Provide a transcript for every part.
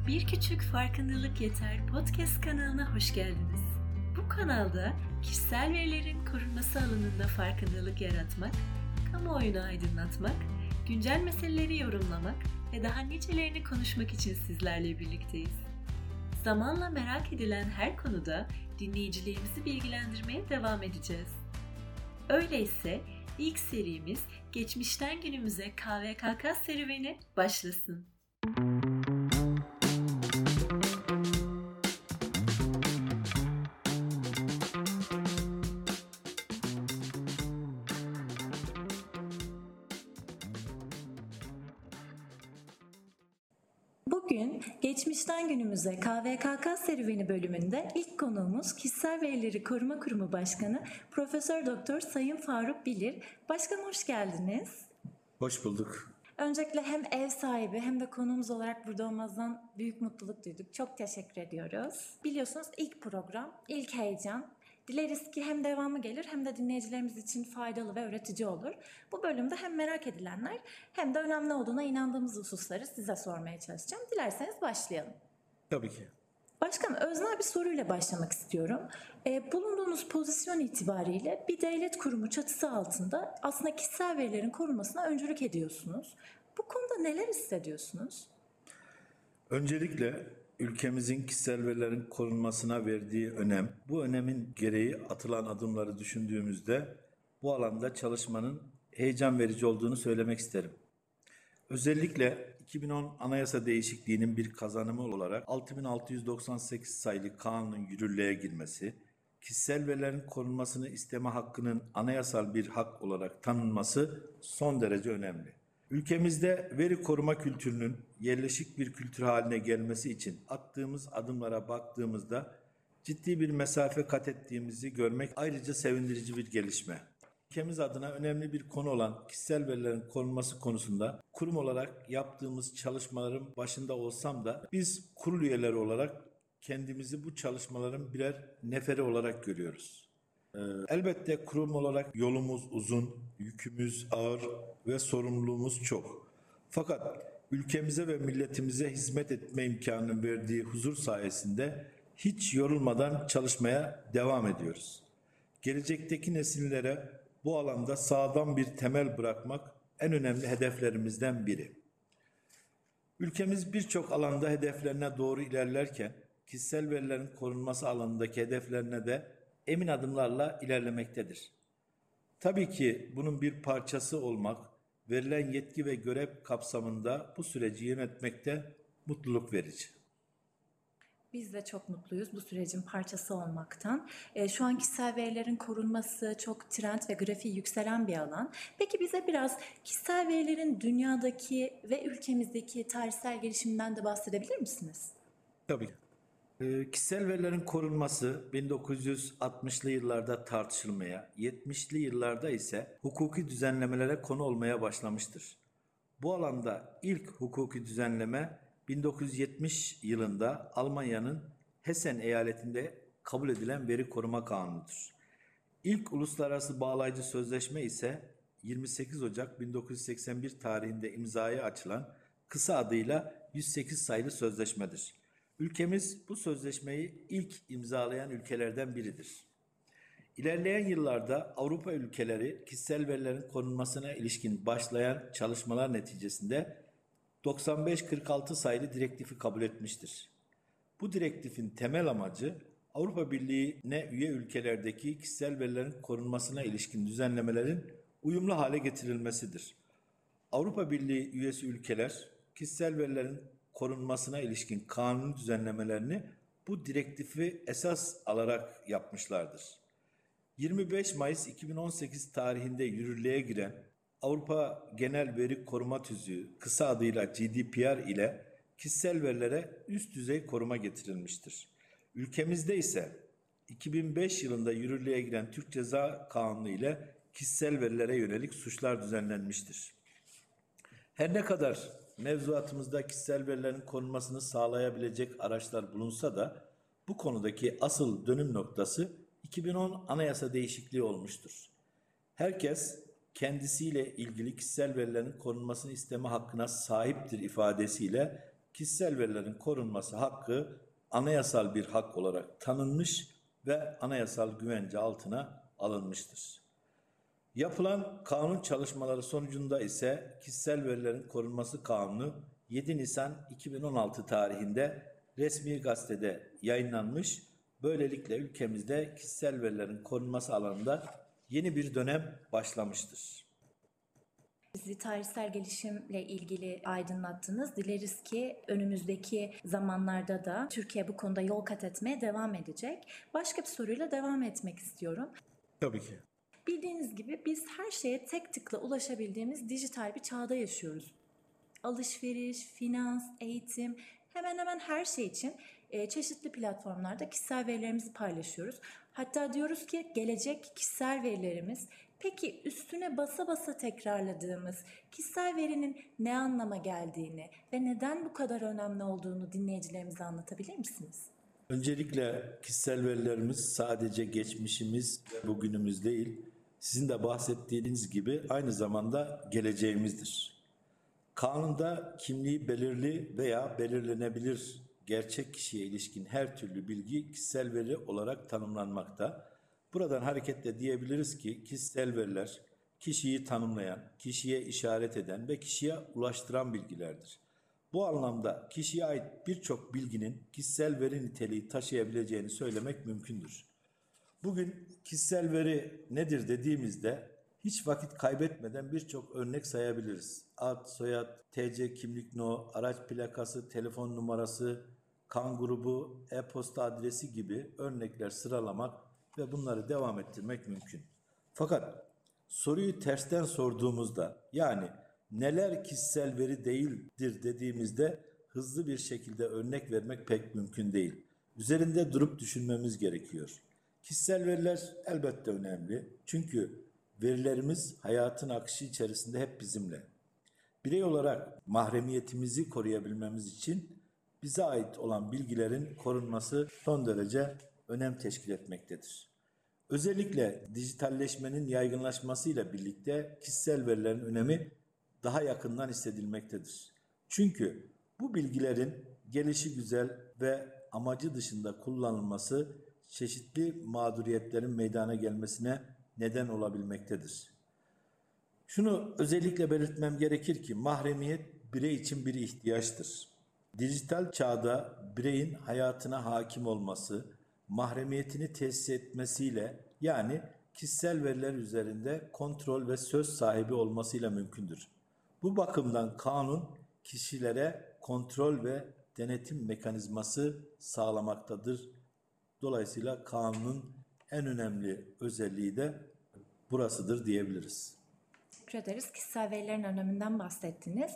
Bir Küçük Farkındalık Yeter podcast kanalına hoş geldiniz. Bu kanalda kişisel verilerin korunması alanında farkındalık yaratmak, kamuoyunu aydınlatmak, güncel meseleleri yorumlamak ve daha nicelerini konuşmak için sizlerle birlikteyiz. Zamanla merak edilen her konuda dinleyicilerimizi bilgilendirmeye devam edeceğiz. Öyleyse ilk serimiz Geçmişten Günümüze KVKK serüveni başlasın. Bugün Geçmişten Günümüze KVKK serüveni bölümünde ilk konuğumuz Kişisel Verileri Koruma Kurumu Başkanı Profesör Doktor Sayın Faruk Bilir. Başkanım hoş geldiniz. Hoş bulduk. Öncelikle hem ev sahibi hem de konuğumuz olarak burada olmanızdan büyük mutluluk duyduk. Çok teşekkür ediyoruz. Biliyorsunuz ilk program, ilk heyecan. Dileriz ki hem devamı gelir hem de dinleyicilerimiz için faydalı ve öğretici olur. Bu bölümde hem merak edilenler hem de önemli olduğuna inandığımız hususları size sormaya çalışacağım. Dilerseniz başlayalım. Tabii ki. Başkanım, öznel bir soruyla başlamak istiyorum. Bulunduğunuz pozisyon itibariyle bir devlet kurumu çatısı altında aslında kişisel verilerin korunmasına öncülük ediyorsunuz. Bu konuda neler hissediyorsunuz? Öncelikle ülkemizin kişisel verilerin korunmasına verdiği önem, bu önemin gereği atılan adımları düşündüğümüzde bu alanda çalışmanın heyecan verici olduğunu söylemek isterim. Özellikle 2010 Anayasa Değişikliği'nin bir kazanımı olarak 6698 sayılı kanunun yürürlüğe girmesi, kişisel verilerin korunmasını isteme hakkının anayasal bir hak olarak tanınması son derece önemli. Ülkemizde veri koruma kültürünün yerleşik bir kültür haline gelmesi için attığımız adımlara baktığımızda ciddi bir mesafe kat ettiğimizi görmek ayrıca sevindirici bir gelişme. Ülkemiz adına önemli bir konu olan kişisel verilerin korunması konusunda kurum olarak yaptığımız çalışmaların başında olsam da biz kurul üyeleri olarak kendimizi bu çalışmaların birer neferi olarak görüyoruz. Elbette kurum olarak yolumuz uzun, yükümüz ağır ve sorumluluğumuz çok. Fakat ülkemize ve milletimize hizmet etme imkanının verdiği huzur sayesinde hiç yorulmadan çalışmaya devam ediyoruz. Gelecekteki nesillere bu alanda sağlam bir temel bırakmak en önemli hedeflerimizden biri. Ülkemiz birçok alanda hedeflerine doğru ilerlerken kişisel verilerin korunması alanındaki hedeflerine de emin adımlarla ilerlemektedir. Tabii ki bunun bir parçası olmak, verilen yetki ve görev kapsamında bu süreci yönetmekte mutluluk verici. Biz de çok mutluyuz bu sürecin parçası olmaktan. Şu an kişisel verilerin korunması çok trend ve grafiği yükselen bir alan. Peki bize biraz kişisel verilerin dünyadaki ve ülkemizdeki tarihsel gelişiminden de bahsedebilir misiniz? Tabii. Kişisel verilerin korunması 1960'lı yıllarda tartışılmaya, 70'li yıllarda ise hukuki düzenlemelere konu olmaya başlamıştır. Bu alanda ilk hukuki düzenleme 1970 yılında Almanya'nın Hessen eyaletinde kabul edilen Veri Koruma Kanunu'dur. İlk uluslararası bağlayıcı sözleşme ise 28 Ocak 1981 tarihinde imzaya açılan kısa adıyla 108 sayılı sözleşmedir. Ülkemiz bu sözleşmeyi ilk imzalayan ülkelerden biridir. İlerleyen yıllarda Avrupa ülkeleri kişisel verilerin korunmasına ilişkin başlayan çalışmalar neticesinde 95-46 sayılı direktifi kabul etmiştir. Bu direktifin temel amacı Avrupa Birliği'ne üye ülkelerdeki kişisel verilerin korunmasına ilişkin düzenlemelerin uyumlu hale getirilmesidir. Avrupa Birliği üyesi ülkeler kişisel verilerin korunmasına ilişkin kanuni düzenlemelerini bu direktifi esas alarak yapmışlardır. 25 Mayıs 2018 tarihinde yürürlüğe giren Avrupa Genel Veri Koruma Tüzüğü, kısa adıyla GDPR ile kişisel verilere üst düzey koruma getirilmiştir. Ülkemizde ise 2005 yılında yürürlüğe giren Türk Ceza Kanunu ile kişisel verilere yönelik suçlar düzenlenmiştir. Her ne kadar mevzuatımızda kişisel verilerin korunmasını sağlayabilecek araçlar bulunsa da bu konudaki asıl dönüm noktası 2010 Anayasa Değişikliği olmuştur. Herkes kendisiyle ilgili kişisel verilerin korunmasını isteme hakkına sahiptir ifadesiyle kişisel verilerin korunması hakkı anayasal bir hak olarak tanınmış ve anayasal güvence altına alınmıştır. Yapılan kanun çalışmaları sonucunda ise Kişisel Verilerin Korunması Kanunu 7 Nisan 2016 tarihinde resmi gazetede yayınlanmış. Böylelikle ülkemizde kişisel verilerin korunması alanında yeni bir dönem başlamıştır. Bizi tarihsel gelişimle ilgili aydınlattınız. Dileriz ki önümüzdeki zamanlarda da Türkiye bu konuda yol kat etmeye devam edecek. Başka bir soruyla devam etmek istiyorum. Tabii ki. Bildiğiniz gibi biz her şeye tek tıkla ulaşabildiğimiz dijital bir çağda yaşıyoruz. Alışveriş, finans, eğitim, hemen hemen her şey için çeşitli platformlarda kişisel verilerimizi paylaşıyoruz. Hatta diyoruz ki gelecek kişisel verilerimiz. Peki üstüne basa basa tekrarladığımız kişisel verinin ne anlama geldiğini ve neden bu kadar önemli olduğunu dinleyicilerimize anlatabilir misiniz? Öncelikle kişisel verilerimiz sadece geçmişimiz ve bugünümüz değil, sizin de bahsettiğiniz gibi aynı zamanda geleceğimizdir. Kanunda kimliği belirli veya belirlenebilir gerçek kişiye ilişkin her türlü bilgi kişisel veri olarak tanımlanmakta. Buradan hareketle diyebiliriz ki kişisel veriler kişiyi tanımlayan, kişiye işaret eden ve kişiye ulaştıran bilgilerdir. Bu anlamda kişiye ait birçok bilginin kişisel veri niteliği taşıyabileceğini söylemek mümkündür. Bugün kişisel veri nedir dediğimizde hiç vakit kaybetmeden birçok örnek sayabiliriz. Ad, soyad, TC kimlik no, araç plakası, telefon numarası, kan grubu, e-posta adresi gibi örnekler sıralamak ve bunları devam ettirmek mümkün. Fakat soruyu tersten sorduğumuzda, yani neler kişisel veri değildir dediğimizde hızlı bir şekilde örnek vermek pek mümkün değil. Üzerinde durup düşünmemiz gerekiyor. Kişisel veriler elbette önemli. Çünkü verilerimiz hayatın akışı içerisinde hep bizimle. Birey olarak mahremiyetimizi koruyabilmemiz için bize ait olan bilgilerin korunması son derece önem teşkil etmektedir. Özellikle dijitalleşmenin yaygınlaşmasıyla birlikte kişisel verilerin önemi daha yakından hissedilmektedir. Çünkü bu bilgilerin gelişigüzel ve amacı dışında kullanılması çeşitli mağduriyetlerin meydana gelmesine neden olabilmektedir. Şunu özellikle belirtmem gerekir ki mahremiyet birey için bir ihtiyaçtır. Dijital çağda bireyin hayatına hakim olması, mahremiyetini tesis etmesiyle yani kişisel veriler üzerinde kontrol ve söz sahibi olmasıyla mümkündür. Bu bakımdan kanun kişilere kontrol ve denetim mekanizması sağlamaktadır. Dolayısıyla kanunun en önemli özelliği de burasıdır diyebiliriz. Teşekkür ederiz. Kişisel verilerin öneminden bahsettiniz.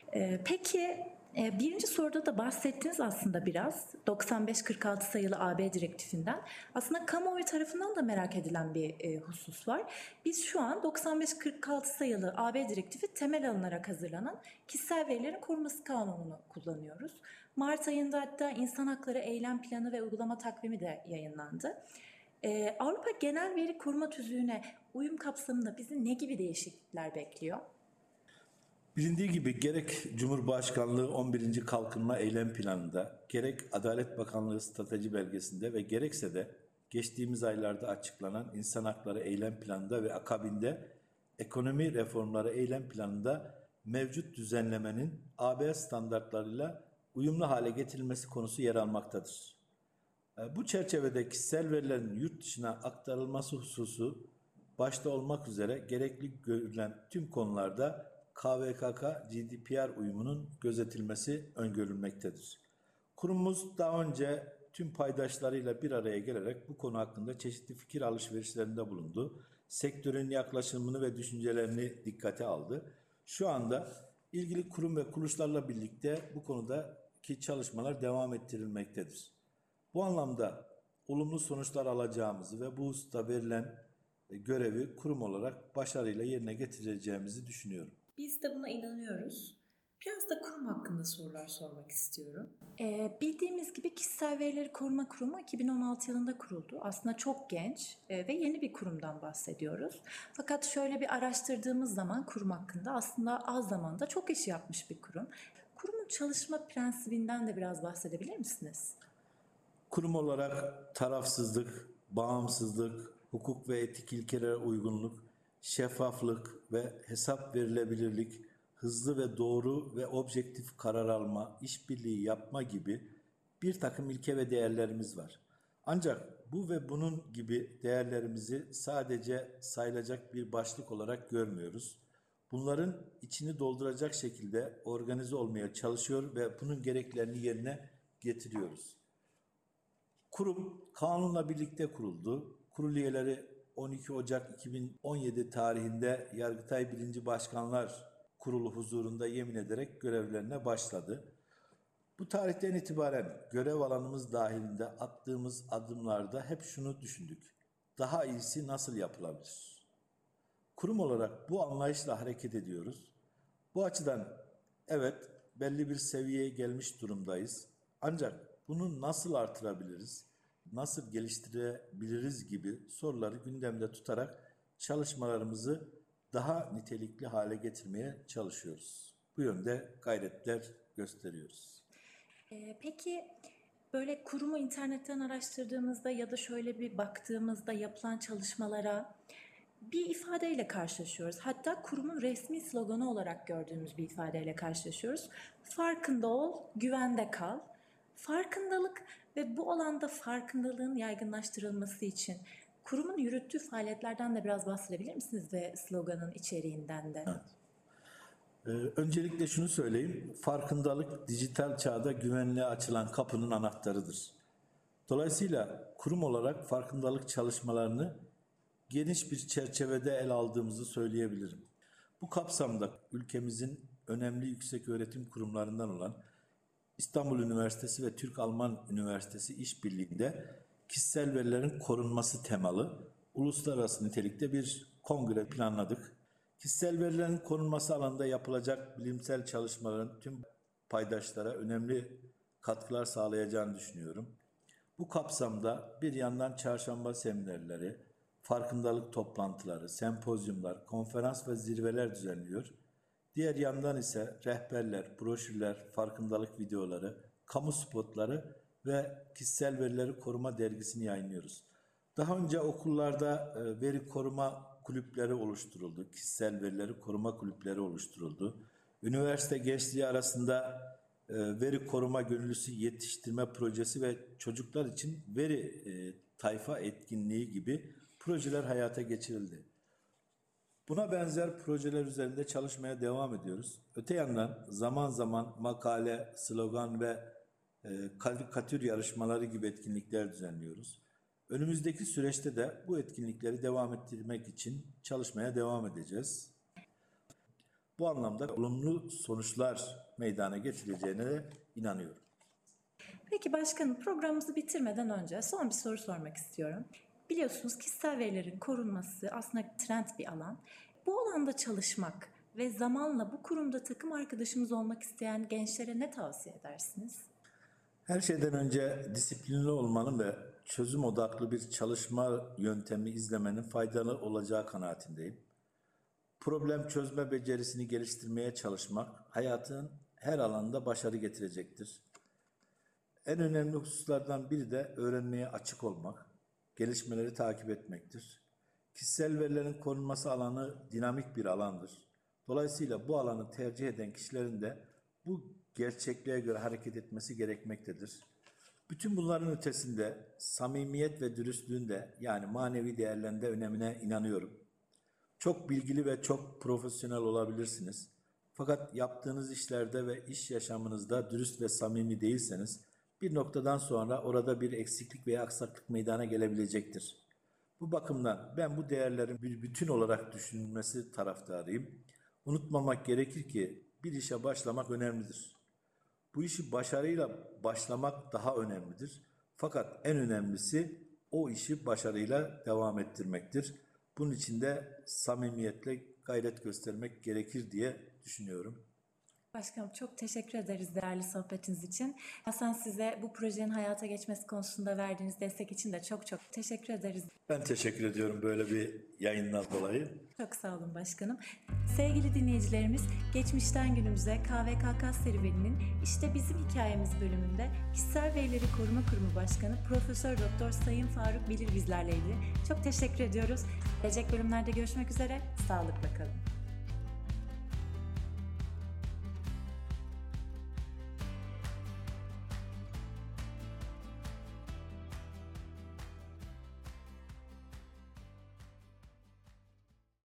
Peki birinci soruda da bahsettiniz aslında biraz 9546 sayılı AB direktifinden. Aslında kamuoyu tarafından da merak edilen bir husus var. Biz şu an 9546 sayılı AB direktifi temel alınarak hazırlanan kişisel verilerin korunması kanununu kullanıyoruz. Mart ayında hatta İnsan Hakları Eylem Planı ve Uygulama Takvimi de yayınlandı. Avrupa Genel Veri Koruma Tüzüğü'ne uyum kapsamında bizi ne gibi değişiklikler bekliyor? Bilindiği gibi gerek Cumhurbaşkanlığı 11. Kalkınma Eylem Planı'nda, gerek Adalet Bakanlığı Strateji Belgesi'nde ve gerekse de geçtiğimiz aylarda açıklanan İnsan Hakları Eylem Planı'nda ve akabinde Ekonomi Reformları Eylem Planı'nda mevcut düzenlemenin AB standartlarıyla uyumlu hale getirilmesi konusu yer almaktadır. Bu çerçevede kişisel verilerin yurt dışına aktarılması hususu başta olmak üzere gerekli görülen tüm konularda KVKK GDPR uyumunun gözetilmesi öngörülmektedir. Kurumumuz daha önce tüm paydaşlarıyla bir araya gelerek bu konu hakkında çeşitli fikir alışverişlerinde bulundu. Sektörün yaklaşımını ve düşüncelerini dikkate aldı. Şu anda ilgili kurum ve kuruluşlarla birlikte bu konudaki çalışmalar devam ettirilmektedir. Bu anlamda olumlu sonuçlar alacağımızı ve bu hususta verilen görevi kurum olarak başarıyla yerine getireceğimizi düşünüyorum. Biz de buna inanıyoruz. Biraz da kurum hakkında sorular sormak istiyorum. Bildiğimiz gibi Kişisel Verileri Koruma Kurumu 2016 yılında kuruldu. Aslında çok genç ve yeni bir kurumdan bahsediyoruz. Fakat şöyle bir araştırdığımız zaman kurum hakkında aslında az zamanda çok iş yapmış bir kurum. Kurumun kurumun çalışma prensibinden de biraz bahsedebilir misiniz? Kurum olarak tarafsızlık, bağımsızlık, hukuk ve etik ilkelere uygunluk, şeffaflık ve hesap verilebilirlik, hızlı ve doğru ve objektif karar alma, işbirliği yapma gibi bir takım ilke ve değerlerimiz var. Ancak bu ve bunun gibi değerlerimizi sadece sayılacak bir başlık olarak görmüyoruz. Bunların içini dolduracak şekilde organize olmaya çalışıyor ve bunun gereklerini yerine getiriyoruz. Kurum kanunla birlikte kuruldu. Kurul üyeleri 12 Ocak 2017 tarihinde Yargıtay 1. Başkanlar Kurulu huzurunda yemin ederek görevlerine başladı. Bu tarihten itibaren görev alanımız dahilinde attığımız adımlarda hep şunu düşündük. Daha iyisi nasıl yapılabilir? Kurum olarak bu anlayışla hareket ediyoruz. Bu açıdan evet belli bir seviyeye gelmiş durumdayız. Ancak bunu nasıl artırabiliriz, nasıl geliştirebiliriz gibi soruları gündemde tutarak çalışmalarımızı daha nitelikli hale getirmeye çalışıyoruz. Bu yönde gayretler gösteriyoruz. Peki böyle kurumu internetten araştırdığımızda ya da şöyle bir baktığımızda yapılan çalışmalara bir ifadeyle karşılaşıyoruz. Hatta kurumun resmi sloganı olarak gördüğümüz bir ifadeyle karşılaşıyoruz. Farkında ol, güvende kal. Farkındalık ve bu alanda farkındalığın yaygınlaştırılması için kurumun yürüttüğü faaliyetlerden de biraz bahsedebilir misiniz ve sloganın içeriğinden de? Evet. Öncelikle şunu söyleyeyim, farkındalık dijital çağda güvenliğe açılan kapının anahtarıdır. Dolayısıyla kurum olarak farkındalık çalışmalarını geniş bir çerçevede ele aldığımızı söyleyebilirim. Bu kapsamda ülkemizin önemli yükseköğretim kurumlarından olan İstanbul Üniversitesi ve Türk-Alman Üniversitesi işbirliğinde kişisel verilerin korunması temalı uluslararası nitelikte bir kongre planladık. Kişisel verilerin korunması alanında yapılacak bilimsel çalışmaların tüm paydaşlara önemli katkılar sağlayacağını düşünüyorum. Bu kapsamda bir yandan çarşamba seminerleri, farkındalık toplantıları, sempozyumlar, konferans ve zirveler düzenliyor. Diğer yandan ise rehberler, broşürler, farkındalık videoları, kamu spotları ve kişisel verileri koruma dergisini yayınlıyoruz. Daha önce okullarda veri koruma kulüpleri oluşturuldu. Kişisel verileri koruma kulüpleri oluşturuldu. Üniversite gençliği arasında veri koruma gönüllüsü yetiştirme projesi ve çocuklar için veri tayfa etkinliği gibi projeler hayata geçirildi. Buna benzer projeler üzerinde çalışmaya devam ediyoruz. Öte yandan zaman zaman makale, slogan ve karikatür yarışmaları gibi etkinlikler düzenliyoruz. Önümüzdeki süreçte de bu etkinlikleri devam ettirmek için çalışmaya devam edeceğiz. Bu anlamda olumlu sonuçlar meydana getireceğine de inanıyorum. Peki başkanım, programımızı bitirmeden önce son bir soru sormak istiyorum. Biliyorsunuz kişisel verilerin korunması aslında trend bir alan. Bu alanda çalışmak ve zamanla bu kurumda takım arkadaşımız olmak isteyen gençlere ne tavsiye edersiniz? Her şeyden önce disiplinli olmanın ve çözüm odaklı bir çalışma yöntemi izlemenin faydalı olacağı kanaatindeyim. Problem çözme becerisini geliştirmeye çalışmak hayatın her alanda başarı getirecektir. En önemli hususlardan biri de öğrenmeye açık olmak, gelişmeleri takip etmektir. Kişisel verilerin korunması alanı dinamik bir alandır. Dolayısıyla bu alanı tercih eden kişilerin de bu gerçekliğe göre hareket etmesi gerekmektedir. Bütün bunların ötesinde samimiyet ve dürüstlüğün de yani manevi değerlerin de önemine inanıyorum. Çok bilgili ve çok profesyonel olabilirsiniz. Fakat yaptığınız işlerde ve iş yaşamınızda dürüst ve samimi değilseniz bir noktadan sonra orada bir eksiklik veya aksaklık meydana gelebilecektir. Bu bakımdan ben bu değerlerin bir bütün olarak düşünülmesi taraftarıyım. Unutmamak gerekir ki bir işe başlamak önemlidir. Bu işi başarıyla başlamak daha önemlidir. Fakat en önemlisi o işi başarıyla devam ettirmektir. Bunun için de samimiyetle gayret göstermek gerekir diye düşünüyorum. Başkanım çok teşekkür ederiz değerli sohbetiniz için. Hasan size bu projenin hayata geçmesi konusunda verdiğiniz destek için de çok çok teşekkür ederiz. Ben teşekkür ediyorum böyle bir yayından dolayı. Çok sağ olun başkanım. Sevgili dinleyicilerimiz, geçmişten günümüze KVKK serüveninin işte bizim hikayemiz bölümünde Kişisel Verileri Koruma Kurumu Başkanı Profesör Doktor Sayın Faruk Bilir bizlerleydi. Çok teşekkür ediyoruz. Gelecek bölümlerde görüşmek üzere. Sağlıkla kalın.